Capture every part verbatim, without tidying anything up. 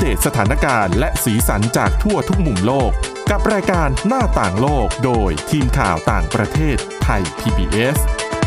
เดตสถานการณ์และสีสันจากทั่วทุกมุมโลกกับรายการหน้าต่างโลกโดยทีมข่าวต่างประเทศไทย พี บี เอส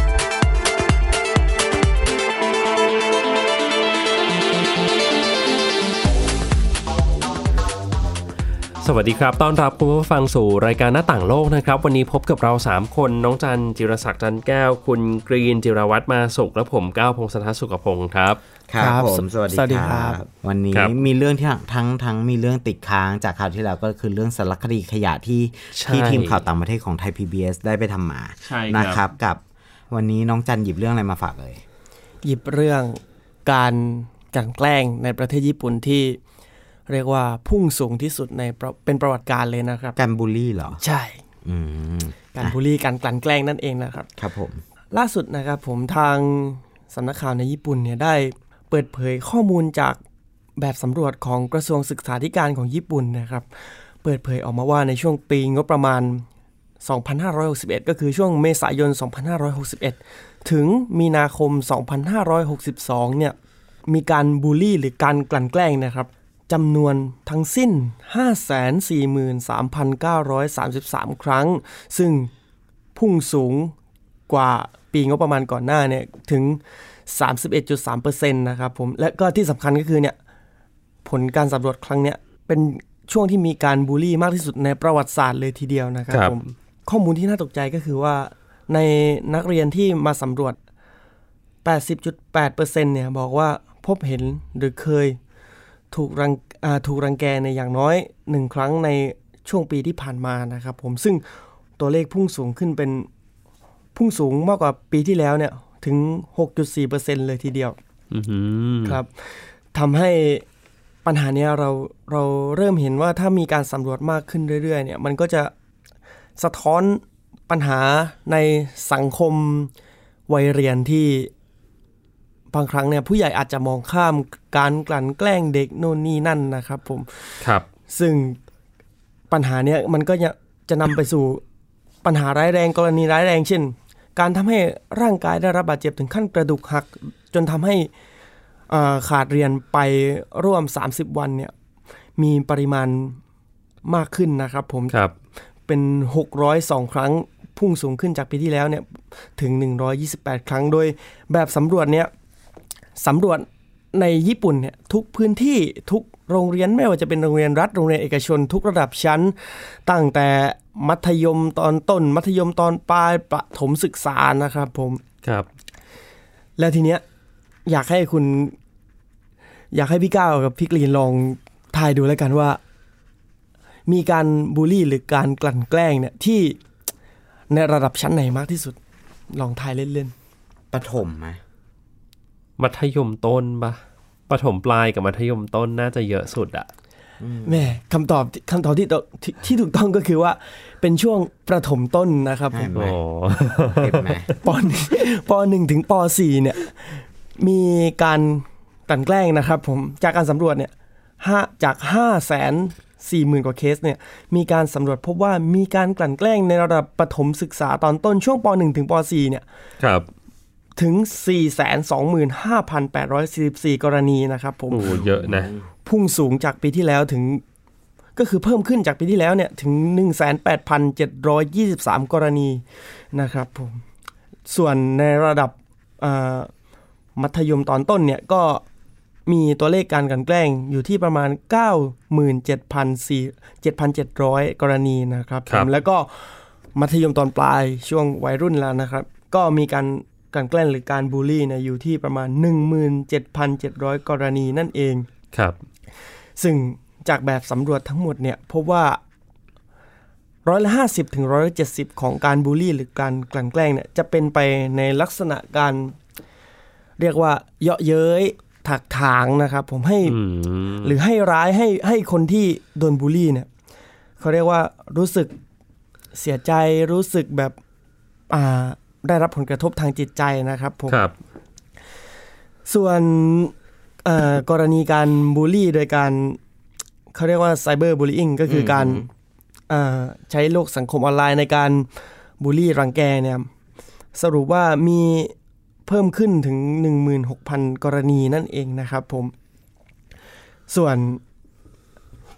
สวัสดีครับต้อนรับคุณผู้ฟังสู่รายการหน้าต่างโลกนะครับวันนี้พบกับเราสามคนน้องจันจิรศักดิ์จันแก้วคุณกรีนจิรวัฒน์มาสุขและผมก้าวพงศธรสุขพงศ์ครับครับผมสวัสดีครับวันนี้มีเรื่องที่ทั้งทั้งมีเรื่องติดค้างจากคราวที่แล้วก็คือเรื่องสารคดีขยะที่ที่ทีมข่าวต่างประเทศของไทย พี บี เอส ได้ไปทำมานะครับกับวันนี้น้องจันหยิบเรื่องอะไรมาฝากเลยหยิบเรื่องการกลั่นแกล้งในประเทศญี่ปุ่นที่เรียกว่าพุ่งสูงที่สุดในเป็นประวัติการเลยนะครับการบูลลี่เหรอใช่การบูลลี่การกลั่นแกล้งนั่นเองนะครับครับผมล่าสุดนะครับผมทางสำนักข่าวในญี่ปุ่นเนี่ยได้เปิดเผยข้อมูลจากแบบสำรวจของกระทรวงศึกษาธิการของญี่ปุ่นนะครับเปิดเผยออกมาว่าในช่วงปีงบประมาณสองพันห้าร้อยหกสิบเอ็ดก็คือช่วงเมษายนสองพันห้าร้อยหกสิบเอ็ดถึงมีนาคมสองพันห้าร้อยหกสิบสองเนี่ยมีการบูลลี่หรือการกลั่นแกล้งนะครับจำนวนทั้งสิ้น ห้าแสนสี่หมื่นสามพันเก้าร้อยสามสิบสาม ครั้งซึ่งพุ่งสูงกว่าปีงบประมาณก่อนหน้าเนี่ยถึง สามสิบเอ็ดจุดสามเปอร์เซ็นต์ นะครับผมและก็ที่สำคัญก็คือเนี่ยผลการสำรวจครั้งเนี้ยเป็นช่วงที่มีการบูลลี่มากที่สุดในประวัติศาสตร์เลยทีเดียวนะครับผมข้อมูลที่น่าตกใจก็คือว่าในนักเรียนที่มาสำรวจ แปดสิบจุดแปดเปอร์เซ็นต์ เนี่ยบอกว่าพบเห็นหรือเคยถูกรังถูกรังแกในอย่างน้อยหนึ่งครั้งในช่วงปีที่ผ่านมานะครับผมซึ่งตัวเลขพุ่งสูงขึ้นเป็นพุ่งสูงมากกว่าปีที่แล้วเนี่ยถึง หกจุดสี่เปอร์เซ็นต์ เลยทีเดียวครับทำให้ปัญหานี้เราเราเริ่มเห็นว่าถ้ามีการสำรวจมากขึ้นเรื่อยๆเนี่ยมันก็จะสะท้อนปัญหาในสังคมวัยเรียนที่บางครั้งเนี่ยผู้ใหญ่อาจจะมองข้ามการกลั่นแกล้งเด็กโน่นนี่นั่นนะครับผมครับซึ่งปัญหาเนี้ยมันก็จะจะนำไปสู่ปัญหาร้ายแรงกรณีร้ายแรงเช่นการทำให้ร่างกายได้รับบาดเจ็บถึงขั้นกระดูกหักจนทำให้ขาดเรียนไปร่วมสามสิบวันเนี่ยมีปริมาณมากขึ้นนะครับผมครับเป็นหกร้อยสองครั้งพุ่งสูงขึ้นจากปีที่แล้วเนี่ยถึงหนึ่งร้อยยี่สิบแปดครั้งโดยแบบสำรวจเนี้ยสำรวจในญี่ปุ่นเนี่ยทุกพื้นที่ทุกโรงเรียนไม่ว่าจะเป็นโรงเรียนรัฐโรงเรียนเอกชนทุกระดับชั้นตั้งแต่มัธยมตอนต้นมัธยมตอนปลายประถมศึกษานะครับผมครับแล้วทีเนี้ยอยากให้คุณอยากให้พี่ก้าวกับพี่กรีนลองทายดูแล้วกันว่ามีการบูลลี่หรือการกลั่นแกล้งเนี่ยที่ในระดับชั้นไหนมากที่สุดลองทายเล่นๆประถมไหมมัธยมต้นปะประถมปลายกับมัธยมต้นน่าจะเยอะสุดอะแม่คำตอบคำตอบที่ที่ที่ถูกต้องก็คือว่าเป็นช่วงประถมต้นนะครับผมโอ้เห็นไหมป.ป.หนึ่ง ถึงป.สี่ เนี่ยมีการกลั่นแกล้งนะครับผมจากการสำรวจเนี่ยห้าจาก ห้าแสนสี่หมื่น กว่าเคสเนี่ยมีการสำรวจพบว่ามีการกลั่นแกล้งในระดับประถมศึกษาตอนต้นช่วงป.หนึ่ง ถึงป.สี่ เนี่ยครับถึง สี่แสนสองหมื่นห้าพันแปดร้อยสี่สิบสี่ กรณีนะครับผมโอ้เยอะนะพุ่งสูงจากปีที่แล้วถึงก็คือเพิ่มขึ้นจากปีที่แล้วเนี่ยถึง หนึ่งแสนแปดพันเจ็ดร้อยยี่สิบสาม กรณีนะครับผมส่วนในระดับมัธยมตอนต้นเนี่ยก็มีตัวเลขการกลั่นแกล้งอยู่ที่ประมาณ เก้าหมื่นเจ็ดพันเจ็ดร้อย กรณีนะครับผมแล้วก็มัธยมตอนปลายช่วงวัยรุ่นแล้วนะครับก็มีการการแกล้งหรือการบูลลี่เนี่ยอยู่ที่ประมาณ หนึ่งหมื่นเจ็ดพันเจ็ดร้อย กรณีนั่นเองครับซึ่งจากแบบสำรวจทั้งหมดเนี่ยพบว่าร้อยละห้าสิบถึงร้อยละเจ็ดสิบของการบูลลี่หรือการกลั่นแกล้งเนี่ยจะเป็นไปในลักษณะการเรียกว่าเยาะเย้ยถักถางนะครับผมให้หรือให้ร้ายให้ให้คนที่โดนบูลลี่เนี่ยเขาเรียกว่ารู้สึกเสียใจรู้สึกแบบอ่าได้รับผลกระทบทางจิตใจนะครับผมครับส่วนกรณีการบูลลี่โดยการเขาเรียกว่าไซเบอร์บูลลี่ก็คือการใช้โลกสังคมออนไลน์ในการบูลลี่รังแกเนี่ยสรุปว่ามีเพิ่มขึ้นถึง หนึ่งหมื่นหกพัน กรณีนั่นเองนะครับผมส่วน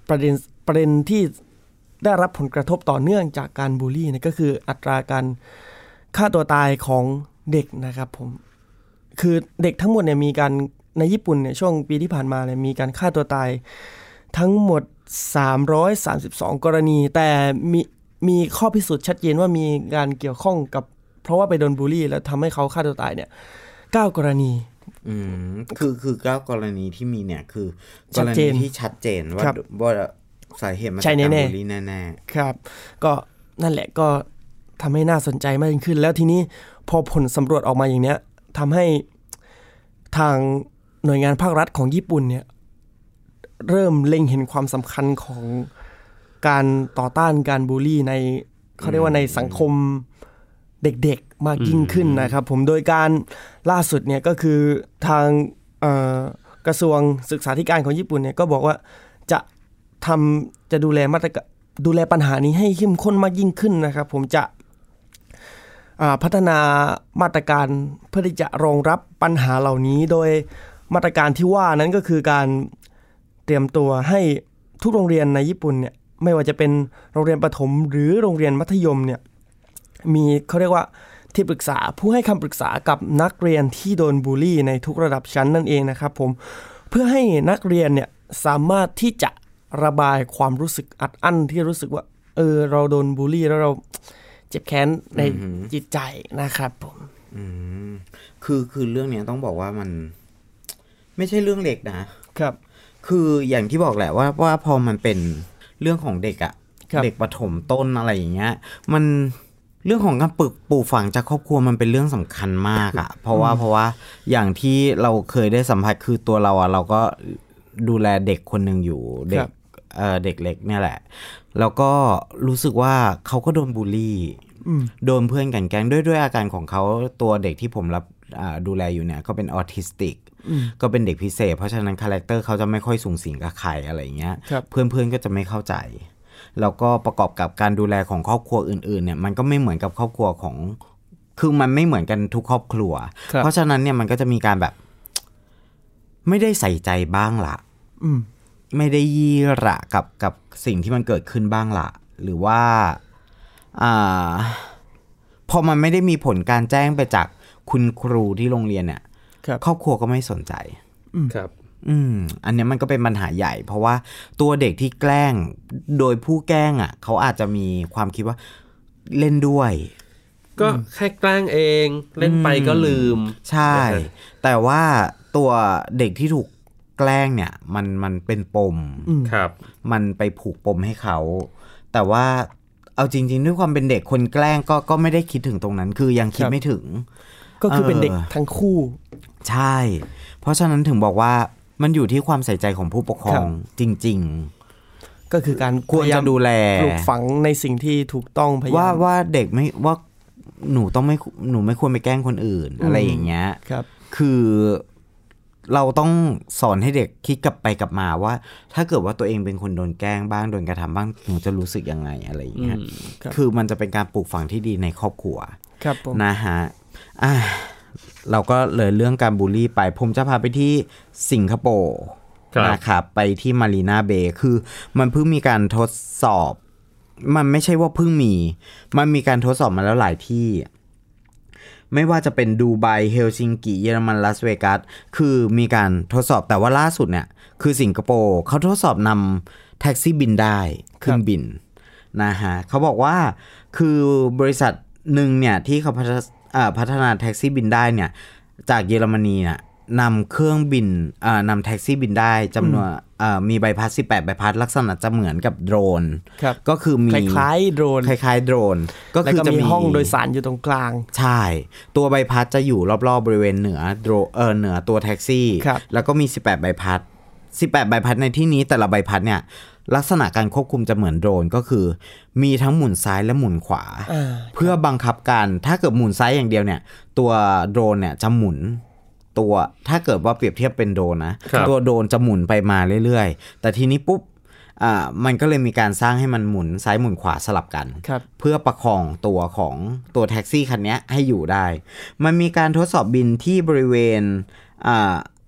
ประเด็นประเด็นที่ได้รับผลกระทบต่อเนื่องจากการบูลลี่เนี่ยก็คืออัตราการฆ่าตัวตายของเด็กนะครับผมคือเด็กทั้งหมดเนี่ยมีการในญี่ปุ่นเนี่ยช่วงปีที่ผ่านมาเนี่ยมีการฆ่าตัวตายทั้งหมดสามร้อยสามสิบสองกรณีแต่มีมีข้อพิสูจน์ชัดเจนว่ามีการเกี่ยวข้องกับเพราะว่าไปโดนบูลลี่แล้วทำให้เขาฆ่าตัวตายเนี่ยเก้ากรณีอืมคือคือเก้ากรณีที่มีเนี่ยคือกรณีที่ชัดเจนว่าว่าสาเหตุมาจากการบูลลี่แน่ๆครับก็นั่นแหละก็ทำให้น่าสนใจมากยิ่งขึ้นแล้วทีนี้พอผลสำรวจออกมาอย่างเนี้ยทำให้ทางหน่วยงานภาครัฐของญี่ปุ่นเนี่ยเริ่มเล็งเห็นความสำคัญของการต่อต้านการบูลลี่ในเขาเรียกว่าในสังคมเด็กๆมากยิ่งขึ้นนะครับผมโดยการล่าสุดเนี่ยก็คือทางกระทรวงศึกษาธิการของญี่ปุ่นเนี่ยก็บอกว่าจะทำจะดูแลมาตรการดูแลปัญหานี้ให้เข้มข้นมากยิ่งขึ้นนะครับผมจะพัฒนามาตรการเพื่อที่จะรองรับปัญหาเหล่านี้โดยมาตรการที่ว่านั้นก็คือการเตรียมตัวให้ทุกโรงเรียนในญี่ปุ่นเนี่ยไม่ว่าจะเป็นโรงเรียนประถมหรือโรงเรียนมัธยมเนี่ยมีเขาเรียกว่าที่ปรึกษาผู้ให้คำปรึกษากับนักเรียนที่โดนบูลลี่ในทุกระดับชั้นนั่นเองนะครับผมเพื่อให้นักเรียนเนี่ยสามารถที่จะระบายความรู้สึกอัดอั้นที่รู้สึกว่าเออเราโดนบูลลี่แล้วเราเจ็บแค้นในจิตใจนะครับผมอืมคือคือเรื่องนี้ต้องบอกว่ามันไม่ใช่เรื่องเล็กนะครับคืออย่างที่บอกแหละว่าว่าพอมันเป็นเรื่องของเด็กอะเด็กประถมต้นอะไรอย่างเงี้ยมันเรื่องของการปลูกปลูกฝังจากครอบครัวมันเป็นเรื่องสำคัญมากอะเพราะว่าเพราะว่าอย่างที่เราเคยได้สัมผัสคือตัวเราอะเราก็ดูแลเด็กคนหนึ่งอยู่เด็กเอ่อเด็กเล็กเนี่ยแหละแล้วก็รู้สึกว่าเขาก็โดนบูลลี่โดนเพื่อนกันแกล้งด้วยด้วยอาการของเขาตัวเด็กที่ผมรับดูแลอยู่เนี่ยก็เป็นออทิสติกก็เป็นเด็กพิเศษเพราะฉะนั้นคาแรคเตอร์เขาจะไม่ค่อยสูงสิงกับใครอะไรเงี้ยเพื่อนๆก็จะไม่เข้าใจแล้วก็ประกอบกับการดูแลของครอบครัวอื่นๆเนี่ยมันก็ไม่เหมือนกับครอบครัวของคือมันไม่เหมือนกันทุกครอบครัวเพราะฉะนั้นเนี่ยมันก็จะมีการแบบไม่ได้ใส่ใจบ้างละไม่ได้ยี่ระกับกับสิ่งที่มันเกิดขึ้นบ้างละหรือว่าอ่าพอมันไม่ได้มีผลการแจ้งไปจากคุณครูที่โรงเรียนเนี่ยครอบครัวก็ไม่สนใจครับอืมอันนี้มันก็เป็นปัญหาใหญ่เพราะว่าตัวเด็กที่แกล้งโดยผู้แกล้งอ่ะเขาอาจจะมีความคิดว่าเล่นด้วยก็แค่แกล้งเองเล่นไปก็ลืมใช่แต่ว่าตัวเด็กที่ถูกแกล้งเนี่ยมันมันเป็นปมครับมันไปผูกปมให้เขาแต่ว่าเอาจริงๆด้วยความเป็นเด็กคนแกล้งก็ก็ไม่ได้คิดถึงตรงนั้นคือยังคิดไม่ถึงก็คือเป็นเด็กทั้งคู่ใช่เพราะฉะนั้นถึงบอกว่ามันอยู่ที่ความใส่ใจของผู้ปกครองจริงๆก็คือการควรจะดูแลปลูกฝังในสิ่งที่ถูกต้องพยายามว่าว่าเด็กไม่ว่าหนูต้องไม่หนูไม่ควรไปแกล้งคนอื่นอะไรอย่างเงี้ยครับคือเราต้องสอนให้เด็กคิดกลับไปกลับมาว่าถ้าเกิดว่าตัวเองเป็นคนโดนแกล้งบ้างโดนกระทำบ้างหนูจะรู้สึกยังไงอะไรอย่างเงี้ยคือมันจะเป็นการปลูกฝังที่ดีในครอบครัวนะฮะอ่ะเราก็เลยเรื่องการบูลลี่ไปผมจะพาไปที่สิงคโปร์นะครับไปที่มารีนาเบย์คือมันเพิ่งมีการทดสอบมันไม่ใช่ว่าเพิ่งมีมันมีการทดสอบมาแล้วหลายที่ไม่ว่าจะเป็นดูไบเฮลซิงกิเยอรมันลาสเวกัสคือมีการทดสอบแต่ว่าล่าสุดเนี่ยคือสิงคโปร์เขาทดสอบนำแท็กซี่บินได้ขึ้นบินนะฮะเขาบอกว่าคือบริษัทหนึ่งเนี่ยที่เขาพัฒนาแท็กซี่บินได้เนี่ยจากเยอรมนีน่ะนำเครื่องบินนำแท็กซี่บินได้จำนวนมีใบพัดสิบแปดใบพัดลักษณะจะเหมือนกับโดรนก็คือมีคล้ายๆโดรนคล้ายๆโดรนก็คือจะมีห้องโดยสารอยู่ตรงกลางใช่ตัวใบพัดจะอยู่รอบๆบริเวณเหนือโดรเออเหนือตัวแท็กซี่แล้วก็มีสิบแปดใบพัดสิบแปดใบพัดในที่นี้แต่ละใบพัดเนี่ยลักษณะการควบคุมจะเหมือนโดรนก็คือมีทั้งหมุนซ้ายและหมุนขวาเพื่อบังคับการถ้าเกิดหมุนซ้ายอย่างเดียวเนี่ยตัวโดรนเนี่ยจะหมุนตัวถ้าเกิดว่าเปรียบเทียบเป็นโดรนนะตัวโดรนจะหมุนไปมาเรื่อยๆแต่ทีนี้ปุ๊บอ่ามันก็เลยมีการสร้างให้มันหมุนซ้ายหมุนขวาสลับกันเพื่อประคองตัวของตัวแท็กซี่คันนี้ให้อยู่ได้มันมีการทดสอบบินที่บริเวณอ่า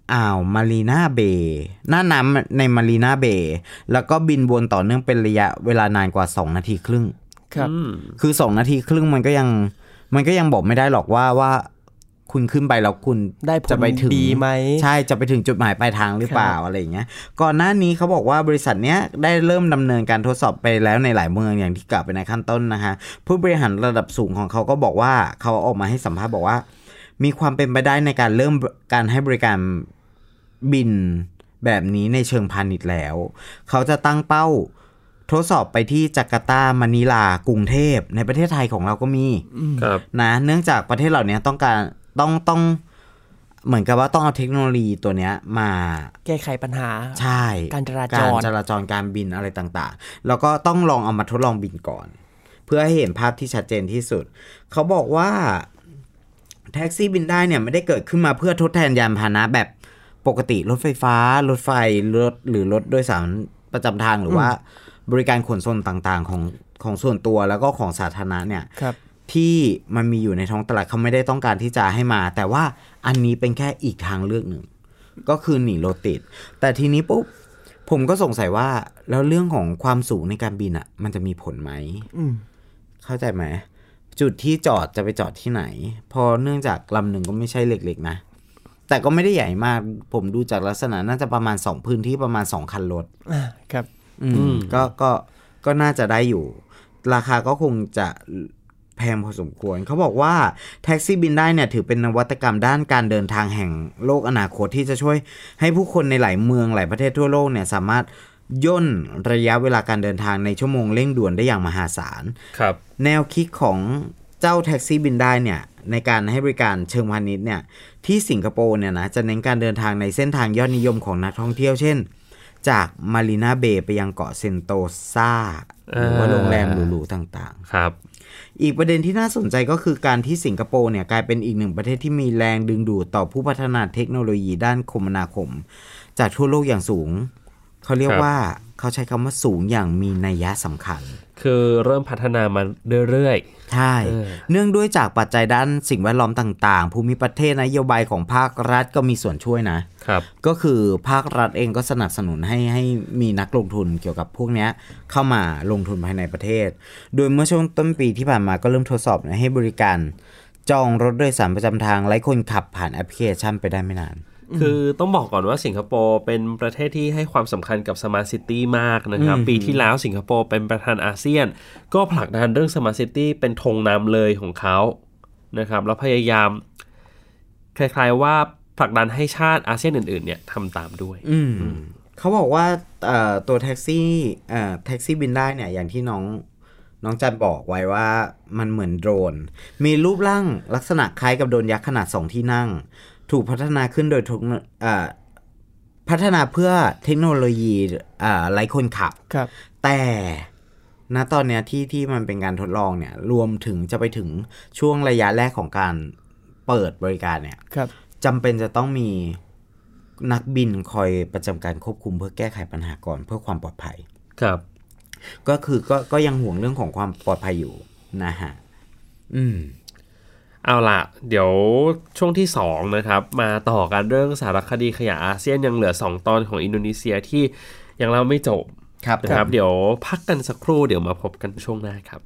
อ่าวมารีนาเบย์หน้าน้ำในมารีนาเบย์แล้วก็บินวนต่อเนื่องเป็นระยะเวลานานกว่าสองนาทีครึ่งครับคือสองนาทีครึ่งมันก็ยังมันก็ยังบอกไม่ได้หรอกว่าว่าคุณขึ้นไปแล้วคุณจะไปถึงดีไหมใช่จะไปถึงจุดหมายปลายทางหรือเปล่าอะไรอย่างเงี้ยก่อนหน้านี้เขาบอกว่าบริษัทเนี้ยได้เริ่มดำเนินการทดสอบไปแล้วในหลายเมืองอย่างที่กล่าวไปในขั้นต้นนะคะผู้บริหารระดับสูงของเขาก็บอกว่าเขาออกมาให้สัมภาษณ์บอกว่ามีความเป็นไปได้ในการเริ่มการให้บริการบินแบบนี้ในเชิงพาณิชย์แล้วเขาจะตั้งเป้าทดสอบไปที่จาการ์ตามะนิลากรุงเทพในประเทศไทยของเราก็มีนะเนื่องจากประเทศเหล่านี้ต้องการต้องต้องเหมือนกับว่าต้องเอาเทคโนโลยีตัวเนี้ยมาแก้ไขปัญหาใช่การจราจรการจราจรการบินอะไรต่างๆแล้วก็ต้องลองเอามาทดลองบินก่อนเพื่อให้เห็นภาพที่ชัดเจนที่สุดเขาบอกว่าแท็กซี่บินได้เนี่ยไม่ได้เกิดขึ้นมาเพื่อทดแทนยานพาหนะแบบปกติรถไฟฟ้ารถไฟรถหรือรถโดยสารประจำทางหรือว่าบริการขนส่งต่างๆของของส่วนตัวแล้วก็ของสาธารณะเนี่ยที่มันมีอยู่ในท้องตลาดเขาไม่ได้ต้องการที่จะให้มาแต่ว่าอันนี้เป็นแค่อีกทางเลือกหนึ่งก็คือหนีรถติดแต่ทีนี้ปุ๊บผมก็สงสัยว่าแล้วเรื่องของความสูงในการบินอ่ะมันจะมีผลไหมเข้าใจไหมจุดที่จอดจะไปจอดที่ไหนพอเนื่องจากลำหนึ่งก็ไม่ใช่เล็กๆนะแต่ก็ไม่ได้ใหญ่มากผมดูจากลักษณะน่าจะประมาณสองพื้นที่ประมาณสองคันรถอ่าครับอืมก็ก็ก็น่าจะได้อยู่ราคาก็คงจะแพงพอสมควรเขาบอกว่าแท็กซี่บินได้เนี่ยถือเป็นนวัตกรรมด้านการเดินทางแห่งโลกอนาคตที่จะช่วยให้ผู้คนในหลายเมืองหลายประเทศทั่วโลกเนี่ยสามารถย่นระยะเวลาการเดินทางในชั่วโมงเร่งด่วนได้อย่างมหาศาลครับแนวคิดของเจ้าแท็กซี่บินได้เนี่ยในการให้บริการเชิงพาณิชย์เนี่ยที่สิงคโปร์เนี่ยนะจะเน้นการเดินทางในเส้นทางยอดนิยมของนักท่องเที่ยวเช่นจากมารีนาเบย์ไปยังเกาะเซนโตซาหรือว่าโรงแรมหรูๆต่างๆครับอีกประเด็นที่น่าสนใจก็คือการที่สิงคโปร์เนี่ยกลายเป็นอีกหนึ่งประเทศที่มีแรงดึงดูดต่อผู้พัฒนาเทคโนโลยีด้านคมนาคมจากทั่วโลกอย่างสูงเขาเรียกว่าเขาใช้คำว่าสูงอย่างมีนัยยะสำคัญคือเริ่มพัฒนามาเรื่อยๆใช่เนื่องด้วยจากปัจจัยด้านสิ่งแวดล้อมต่างๆภูมิประเทศนโยบายของภาครัฐก็มีส่วนช่วยนะครับก็คือภาครัฐเองก็สนับสนุนให้ให้มีนักลงทุนเกี่ยวกับพวกนี้เข้ามาลงทุนภายในประเทศโดยเมื่อช่วงต้นปีที่ผ่านมาก็เริ่มทดสอบให้บริการจองรถโดยสารประจำทางไร้คนขับผ่านแอปพลิเคชันไปได้ไม่นานคือต้องบอกก่อนว่าสิงคโปร์เป็นประเทศที่ให้ความสำคัญกับ Smart City มากนะครับปีที่แล้วสิงคโปร์เป็นประธานอาเซียนก็ผลักดันเรื่อง Smart City เป็นธงนำเลยของเขานะครับแล้วพยายามคล้ายๆว่าผลักดันให้ชาติอาเซียนอื่นๆเนี่ยทำตามด้วยเขาบอกว่าตัวแท็กซี่แท็กซี่บินได้เนี่ยอย่างที่น้องน้องจันบอกไว้ว่ามันเหมือนโดรนมีรูปร่างลักษณะคล้ายกับโดรนยักษ์ขนาดสองที่นั่งถูกพัฒนาขึ้นโดยทุกพัฒนาเพื่อเทคโนโลยีไร้คนขับแต่ณตอนนี้ที่ที่มันเป็นการทดลองเนี่ยรวมถึงจะไปถึงช่วงระยะแรกของการเปิดบริการเนี่ยจำเป็นจะต้องมีนักบินคอยประจำการควบคุมเพื่อแก้ไขปัญหาก่อนเพื่อความปลอดภัยครับก็คือก็ก็ยังห่วงเรื่องของความปลอดภัยอยู่นะฮะอืมเอาล่ะเดี๋ยวช่วงที่สองนะครับมาต่อกันเรื่องสารคดีขยะอาเซียนยังเหลือสองตอนของอินโดนีเซียที่ยังเล่าไม่จบนะครับเดี๋ยวพักกันสักครู่เดี๋ยวมาพบกันช่วงหน้าครับ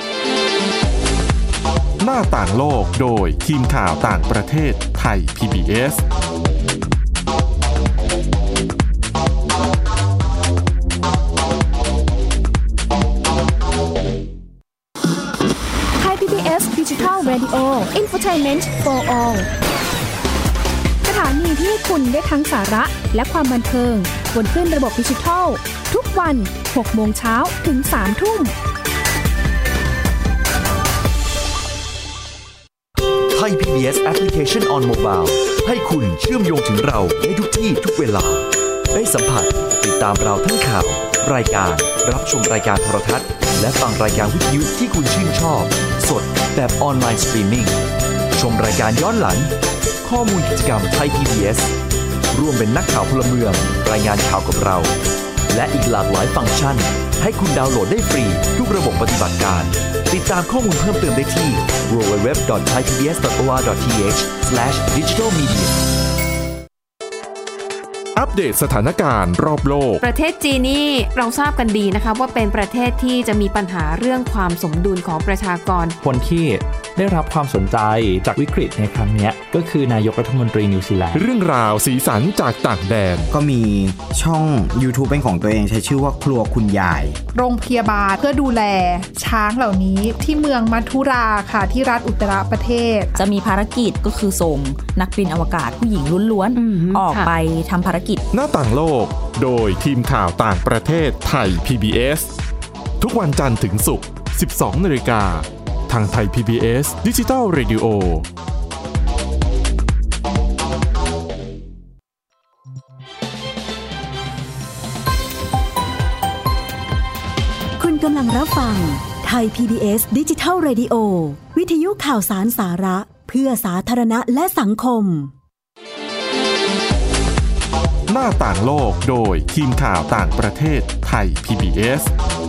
หน้าต่างโลกโดยทีมข่าวต่างประเทศไทย พี บี เอส Digital Radio Infotainment for All สถานีที่คุณได้ทั้งสาระและความบันเทิงบนคลื่นระบบดิจิทัลทุกวัน หกโมงเช้าถึง สามทุ่มไทย พี บี เอส Application on Mobile ให้คุณเชื่อมโยงถึงเราในทุกที่ทุกเวลาได้สัมผัสติดตามเราทั้งข่าวรายการรับชมรายการโทรทัศน์และฟังรายการวิทยุที่คุณชื่นชอบสดแบบออนไลน์สตรีมมิ่งชมรายการย้อนหลังข้อมูลกิจกรรมไทย พี บี เอส ร่วมเป็นนักข่าวพลเมืองรายงานข่าวกับเราและอีกหลากหลายฟังก์ชันให้คุณดาวน์โหลดได้ฟรีทุกระบบปฏิบัติการติดตามข้อมูลเพิ่มเติมได้ที่ ดับเบิลยู ดับเบิลยู ดับเบิลยู ดอท ไทย พี บี เอส ดอท โอ อาร์ ดอท ที เอช สแลช ดิจิทัล มีเดียอัปเดตสถานการณ์รอบโลกประเทศจีนนี่เราทราบกันดีนะคะว่าเป็นประเทศที่จะมีปัญหาเรื่องความสมดุลของประชากรคนที่ได้รับความสนใจจากวิกฤตในครั้งนี้ก็คือนายกรัฐมนตรีนิวซีแลนด์เรื่องราวสีสันจากต่างแดนก็มีช่อง YouTube เป็นของตัวเองใช้ชื่อว่าครัวคุณยายโรงพยาบาลเพื่อดูแลช้างเหล่านี้ที่เมืองมัทุราค่ะที่รัฐอุตตรประเทศจะมีภารกิจก็คือส่งนักบินอวกาศผู้หญิงล้วนๆออกไปทำภารกิจหน้าต่างโลกโดยทีมข่าวต่างประเทศไทย พี บี เอส ทุกวันจันทร์ถึงศุกร์ สิบสอง นาฬิกาทางไทย พี บี เอส Digital Radio คุณกำลังรับฟังไทย พี บี เอส Digital Radio วิทยุข่าวสารสาระเพื่อสาธารณะและสังคมหน้าต่างโลกโดยทีมข่าวต่างประเทศไทย พี บี เอส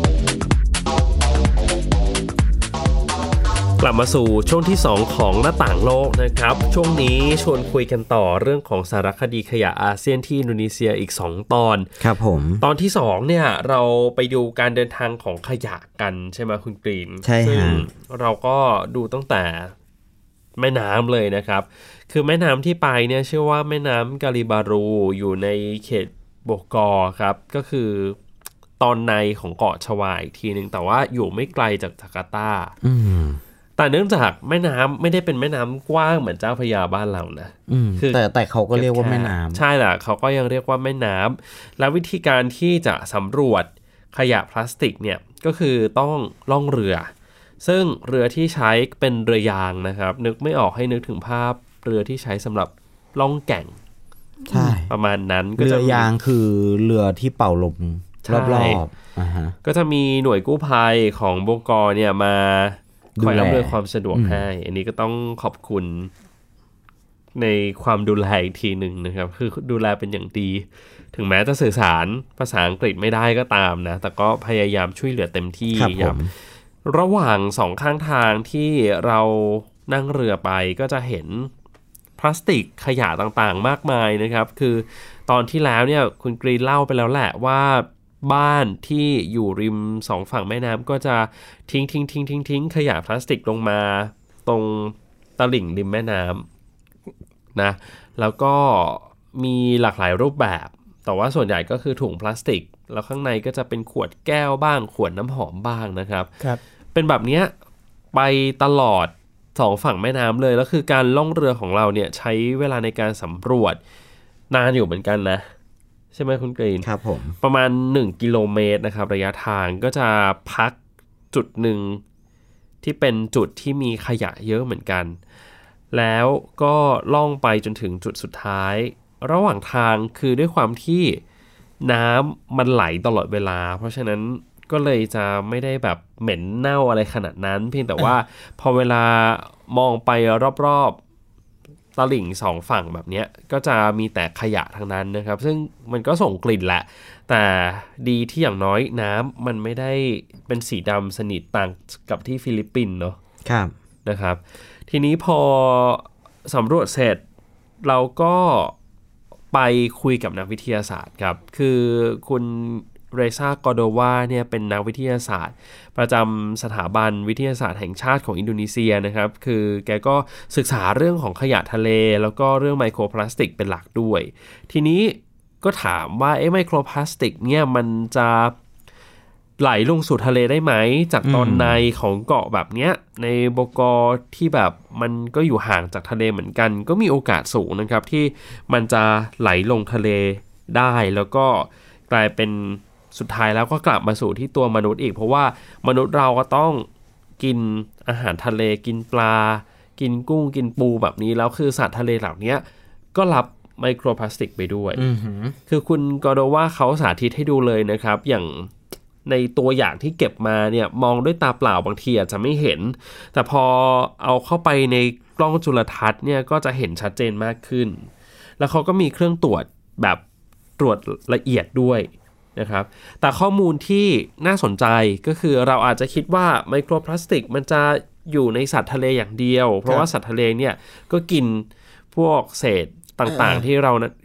กลับมาสู่ช่วงที่สองของหน้าต่างโลกนะครับช่วงนี้ชวนคุยกันต่อเรื่องของสารคดีขยะอาเซียนที่อินโดนีเซียอีกสองตอนครับผมตอนที่สองเนี่ยเราไปดูการเดินทางของขยะกันใช่ไหมคุณกรีนใช่ฮะเราก็ดูตั้งแต่แม่น้ำเลยนะครับคือแม่น้ำที่ไปเนี่ยชื่อว่าแม่น้ำกาลิบารูอยู่ในเขตโบกอร์ครับก็คือตอนในของเกาะชวาอีกทีนึงแต่ว่าอยู่ไม่ไกลจากจาการ์ตาแต่เนื่องจากแม่น้ำไม่ได้เป็นแม่น้ำกว้างเหมือนเจ้าพระยาบ้านเรานะคือแต่แต่เขาก็เรียกว่าแม่น้ำใช่แหละเขาก็ยังเรียกว่าแม่น้ำและวิธีการที่จะสำรวจขยะพลาสติกเนี่ยก็คือต้องล่องเรือซึ่งเรือที่ใช้เป็นเรือยางนะครับนึกไม่ออกให้นึกถึงภาพเรือที่ใช้สำหรับล่องแก่งใช่ประมาณนั้นเรือยางคือเรือที่เป่าลมรอบๆอ่าฮะก็จะมีหน่วยกู้ภัยของโบกอร์เนี่ยมาคอยอำนวยความสะดวกให้อันนี้ก็ต้องขอบคุณในความดูแลอีกทีหนึ่งนะครับคือดูแลเป็นอย่างดีถึงแม้จะสื่อสารภาษาอังกฤษไม่ได้ก็ตามนะแต่ก็พยายามช่วยเหลือเต็มที่ครับระหว่างสองข้างทางที่เรานั่งเรือไปก็จะเห็นพลาสติกขยะต่างๆมากมายนะครับคือตอนที่แล้วเนี่ยคุณกรีนเล่าไปแล้วแหละว่าบ้านที่อยู่ริมสองฝั่งแม่น้ำก็จะทิ้งทิ้งทิ้งทิ้งทิ้งขยะพลาสติกลงมาตรงตลิ่งริมแม่น้ำนะแล้วก็มีหลากหลายรูปแบบแต่ว่าส่วนใหญ่ก็คือถุงพลาสติกแล้วข้างในก็จะเป็นขวดแก้วบ้างขวดน้ำหอมบ้างนะครับครับเป็นแบบนี้ไปตลอดสองฝั่งแม่น้ำเลยแล้วคือการล่องเรือของเราเนี่ยใช้เวลาในการสำรวจนานอยู่เหมือนกันนะใช่ไหมคุณกรีนครับผมประมาณหนึ่งกิโลเมตรนะครับระยะทางก็จะพักจุดหนึ่งที่เป็นจุดที่มีขยะเยอะเหมือนกันแล้วก็ล่องไปจนถึงจุดสุดท้ายระหว่างทางคือด้วยความที่น้ำมันไหลตลอดเวลาเพราะฉะนั้นก็เลยจะไม่ได้แบบเหม็นเน่าอะไรขนาดนั้นเพียงแต่ว่าพอเวลามองไปรอบๆตลิ่งสองฝั่งแบบนี้ก็จะมีแต่ขยะทั้งนั้นนะครับซึ่งมันก็ส่งกลิ่นแหละแต่ดีที่อย่างน้อยน้ำมันไม่ได้เป็นสีดำสนิทต่างกับที่ฟิลิปปินส์เนาะครับนะครับทีนี้พอสำรวจเสร็จเราก็ไปคุยกับนักวิทยาศาสตร์ครับคือคุณเรซากอโดวาเนี่ยเป็นนักวิทยาศาสตร์ประจำสถาบันวิทยาศาสตร์แห่งชาติของอินโดนีเซียนะครับคือแกก็ศึกษาเรื่องของขยะทะเลแล้วก็เรื่องไมโครพลาสติกเป็นหลักด้วยทีนี้ก็ถามว่าไอ้ไมโครพลาสติกเนี่ยมันจะไหลลงสู่ทะเลได้ไหมจากตอนในของเกาะแบบเนี้ยในโบกอร์ที่แบบมันก็อยู่ห่างจากทะเลเหมือนกันก็มีโอกาสสูงนะครับที่มันจะไหลลงทะเลได้แล้วก็กลายเป็นสุดท้ายแล้วก็กลับมาสู่ที่ตัวมนุษย์อีกเพราะว่ามนุษย์เราก็ต้องกินอาหารทะเลกินปลากินกุ้งกินปูแบบนี้แล้วคือสัตว์ทะเลเหล่านี้ก็รับไมโครพลาสติกไปด้วย mm-hmm. คือคุณกอโดว่าเขาสาธิตให้ดูเลยนะครับอย่างในตัวอย่างที่เก็บมาเนี่ยมองด้วยตาเปล่าบางทีอาจจะไม่เห็นแต่พอเอาเข้าไปในกล้องจุลทรรศน์เนี่ยก็จะเห็นชัดเจนมากขึ้นแล้วเขาก็มีเครื่องตรวจแบบตรวจละเอียดด้วยนะครับแต่ข้อมูลที่น่าสนใจก็คือเราอาจจะคิดว่าไมโครพลาสติกมันจะอยู่ในสัตว์ทะเลอย่างเดียวเพราะว่าสัตว์ทะเลเนี่ยก็กินพวกเศษต่างๆที่เรานะ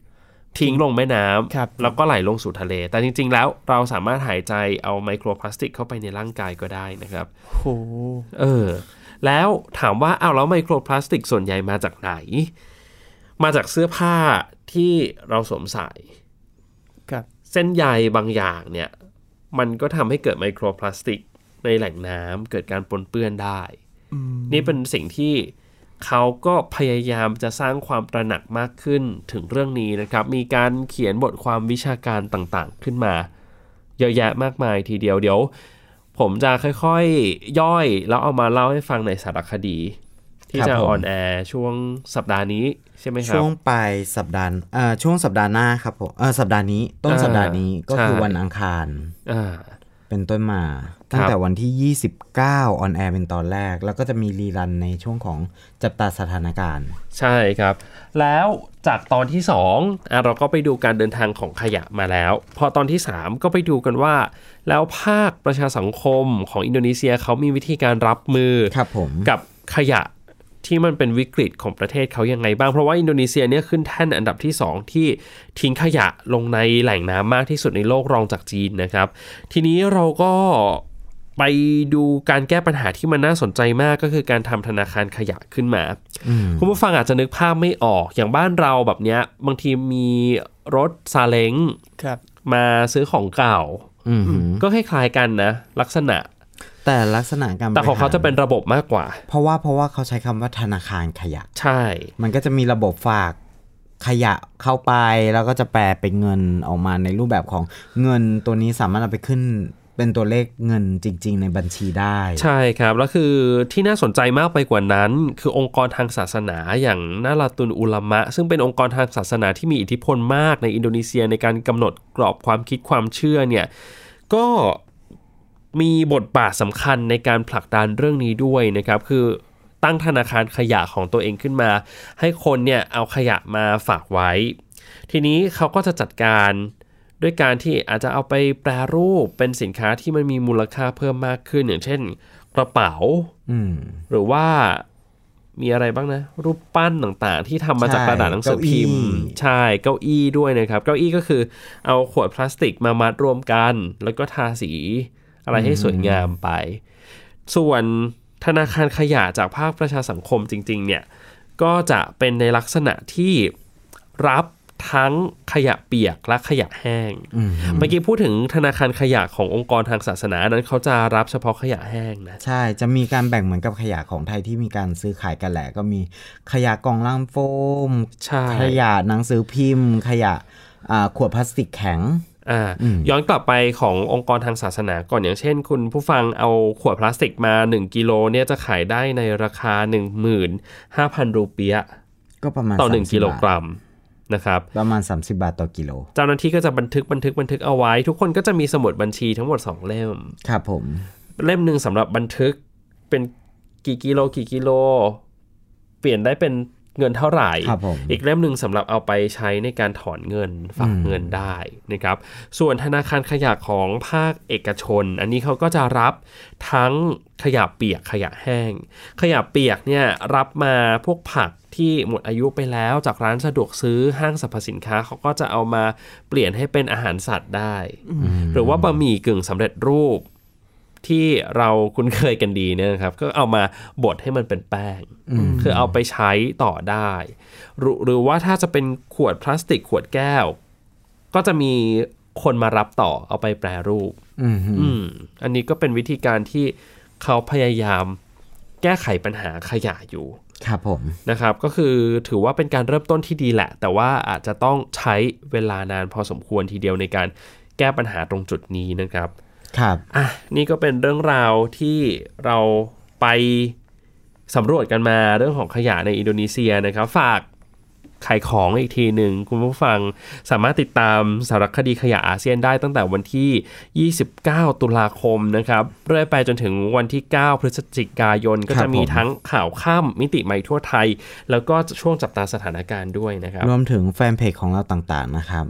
ทิ้งลงแม่น้ำแล้วก็ไหลลงสู่ทะเลแต่จริงๆแล้วเราสามารถหายใจเอาไมโครพลาสติกเข้าไปในร่างกายก็ได้นะครับโอ้เออแล้วถามว่าเอาแล้วไมโครพลาสติกส่วนใหญ่มาจากไหนมาจากเสื้อผ้าที่เราสวมใส่เส้นใยบางอย่างเนี่ยมันก็ทำให้เกิดไมโครพลาสติกในแหล่งน้ำเกิดการปนเปื้อนได้นี่เป็นสิ่งที่เขาก็พยายามจะสร้างความตระหนักมากขึ้นถึงเรื่องนี้นะครับมีการเขียนบทความวิชาการต่างๆขึ้นมาเยอะแยะมากมายทีเดียวเดี๋ยวผมจะค่อยๆย่อยแล้วเอามาเล่าให้ฟังในสารคดีที่จะออนแอร์ช่วงสัปดาห์นี้ใช่ไหมครับช่วงปลายสัปดาห์เอ่อช่วงสัปดาห์หน้าครับผมเออสัปดาห์นี้ต้นสัปดาห์นี้ก็คือวันอังคารอ่าเป็นต้นมาตั้งแต่วันที่ยี่สิบเก้าออนแอร์เป็นตอนแรกแล้วก็จะมีรีรันในช่วงของจับตาสถานการณ์ใช่ครับแล้วจากตอนที่สองอ่ะเราก็ไปดูการเดินทางของขยะมาแล้วพอตอนที่สามก็ไปดูกันว่าแล้วภาคประชาสังคมของอินโดนีเซียเขามีวิธีการรับมือกับขยะที่มันเป็นวิกฤตของประเทศเขายังไงบ้างเพราะว่าอินโดนีเซียเนี่ยขึ้นแท่นอันดับที่สองที่ทิ้งขยะลงในแหล่งน้ำมากที่สุดในโลกรองจากจีนนะครับทีนี้เราก็ไปดูการแก้ปัญหาที่มันน่าสนใจมากก็คือการทำธนาคารขยะขึ้นมาคุณผู้ฟังอาจจะนึกภาพไม่ออกอย่างบ้านเราแบบเนี้ยบางทีมีรถซาเล้งมาซื้อของเก่าก็คล้ายๆกันนะลักษณะแต่ลักษณะการแต่ของเขาจะเป็นระบบมากกว่าเพราะว่าเพราะว่าเขาใช้คำว่าธนาคารขยะใช่มันก็จะมีระบบฝากขยะเข้าไปแล้วก็จะแปลเป็นเงินออกมาในรูปแบบของเงินตัวนี้สามารถเอาไปขึ้นเป็นตัวเลขเงินจริงๆในบัญชีได้ใช่ครับแล้วคือที่น่าสนใจมากไปกว่านั้นคือองค์กรทางศาสนาอย่างนาลาตุนอุลามะซึ่งเป็นองค์กรทางศาสนาที่มีอิทธิพลมากในอินโดนีเซียในการกำหนดกรอบความคิดความเชื่อเนี่ยก็มีบทบาทสำคัญในการผลักดันเรื่องนี้ด้วยนะครับคือตั้งธนาคารขยะของตัวเองขึ้นมาให้คนเนี่ยเอาขยะมาฝากไว้ทีนี้เขาก็จะจัดการด้วยการที่อาจจะเอาไปแปรรูปเป็นสินค้าที่มันมีมูลค่าเพิ่มมากขึ้นอย่างเช่นกระเป๋าหรือว่ามีอะไรบ้างนะรูปปั้นต่างๆที่ทำมาจากกระดาษหนังสือพิมพ์ใช่เก้าอี้ด้วยนะครับเก้าอี้ก็คือเอาขวดพลาสติกมามัดรวมกันแล้วก็ทาสีอะไรให้สวยงามไปส่วนธนาคารขยะจากภาคประชาสังคมจริงๆเนี่ยก็จะเป็นในลักษณะที่รับทั้งขยะเปียกและขยะแห้งเมื่อกี้พูดถึงธนาคารขยะขององค์กรทางศาสนานั้นเขาจะรับเฉพาะขยะแห้งนะใช่จะมีการแบ่งเหมือนกับขยะของไทยที่มีการซื้อขายกันแหละก็มีขยะกล่องลังโฟมขยะหนังสือพิมพ์ขยะขวดพลาสติกแข็งอ่าย้อนกลับไปขององค์กรทางศาสนาก่อนอย่างเช่นคุณผู้ฟังเอาขวดพลาสติกมาหนึ่งกิโลเนี่ยจะขายได้ในราคา หนึ่งหมื่นห้าพัน รูเปียก็ประมาณต่อหนึ่งกิโลกรัมนะครับประมาณสามสิบบาทต่อกิโลเจ้าหน้าที่ก็จะบันทึกบันทึกบันทึกเอาไว้ทุกคนก็จะมีสมุดบัญชีทั้งหมดสองเล่มครับผมเล่มนึงสำหรับบันทึกเป็นกี่กิโลกี่กิโลเปลี่ยนได้เป็นเงินเท่าไหร่อีกเล่มหนึ่งสำหรับเอาไปใช้ในการถอนเงินฝากเงินได้นะครับส่วนธนาคารขยะของภาคเอกชนอันนี้เขาก็จะรับทั้งขยะเปียกขยะแห้งขยะเปียกเนี่ยรับมาพวกผักที่หมดอายุไปแล้วจากร้านสะดวกซื้อห้างสรรพสินค้าเขาก็จะเอามาเปลี่ยนให้เป็นอาหารสัตว์ได้หรือว่าบะหมี่กึ่งสำเร็จรูปที่เราคุ้นเคยกันดีเนี่ยนะครับก็เอามาบดให้มันเป็นแป้งคือเอาไปใช้ต่อได้หรือหรือว่าถ้าจะเป็นขวดพลาสติกขวดแก้วก็จะมีคนมารับต่อเอาไปแปรรูปอืมอันนี้ก็เป็นวิธีการที่เขาพยายามแก้ไขปัญหาขยะอยู่ครับผมนะครับก็คือถือว่าเป็นการเริ่มต้นที่ดีแหละแต่ว่าอาจจะต้องใช้เวลานานพอสมควรทีเดียวในการแก้ปัญหาตรงจุดนี้นะครับครับอ่ะนี่ก็เป็นเรื่องราวที่เราไปสำรวจกันมาเรื่องของขยะในอินโดนีเซียนะครับฝากขายของอีกทีหนึ่งคุณผู้ฟังสามารถติดตามสารคดีขยะอาเซียนได้ตั้งแต่วันที่ยี่สิบเก้าตุลาคมนะครับเรื่อยไปจนถึงวันที่เก้าพฤศจิกายนก็จะมีทั้งข่าวค่ำมิติใหม่ทั่วไทยแล้วก็ช่วงจับตาสถานการณ์ด้วยนะครับรวมถึงแฟนเพจของเราต่างๆนะครับ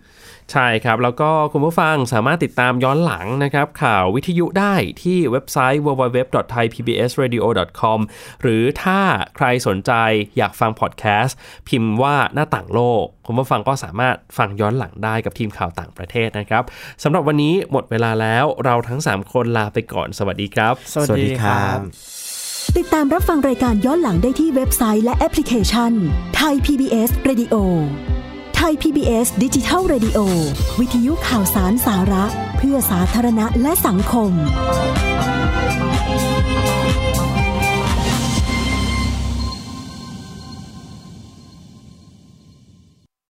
ใช่ครับแล้วก็คุณผู้ฟังสามารถติดตามย้อนหลังนะครับข่าววิทยุได้ที่เว็บไซต์ ดับเบิลยู ดับเบิลยู ดับเบิลยู ดอท ไทย พี บี เอส เรดิโอ ดอท คอม หรือถ้าใครสนใจอยากฟังพอดแคสต์พิมพ์ว่าหน้าต่างโลกคุณผู้ฟังก็สามารถฟังย้อนหลังได้กับทีมข่าวต่างประเทศนะครับสำหรับวันนี้หมดเวลาแล้วเราทั้งสามคนลาไปก่อนสวัสดีครับสวัสดีครับติดตามรับฟังรายการย้อนหลังได้ที่เว็บไซต์และแอปพลิเคชัน Thai พี บี เอส Radio Thai พี บี เอส Digital Radio วิทยุข่าวสารสาระเพื่อสาธารณะและสังคม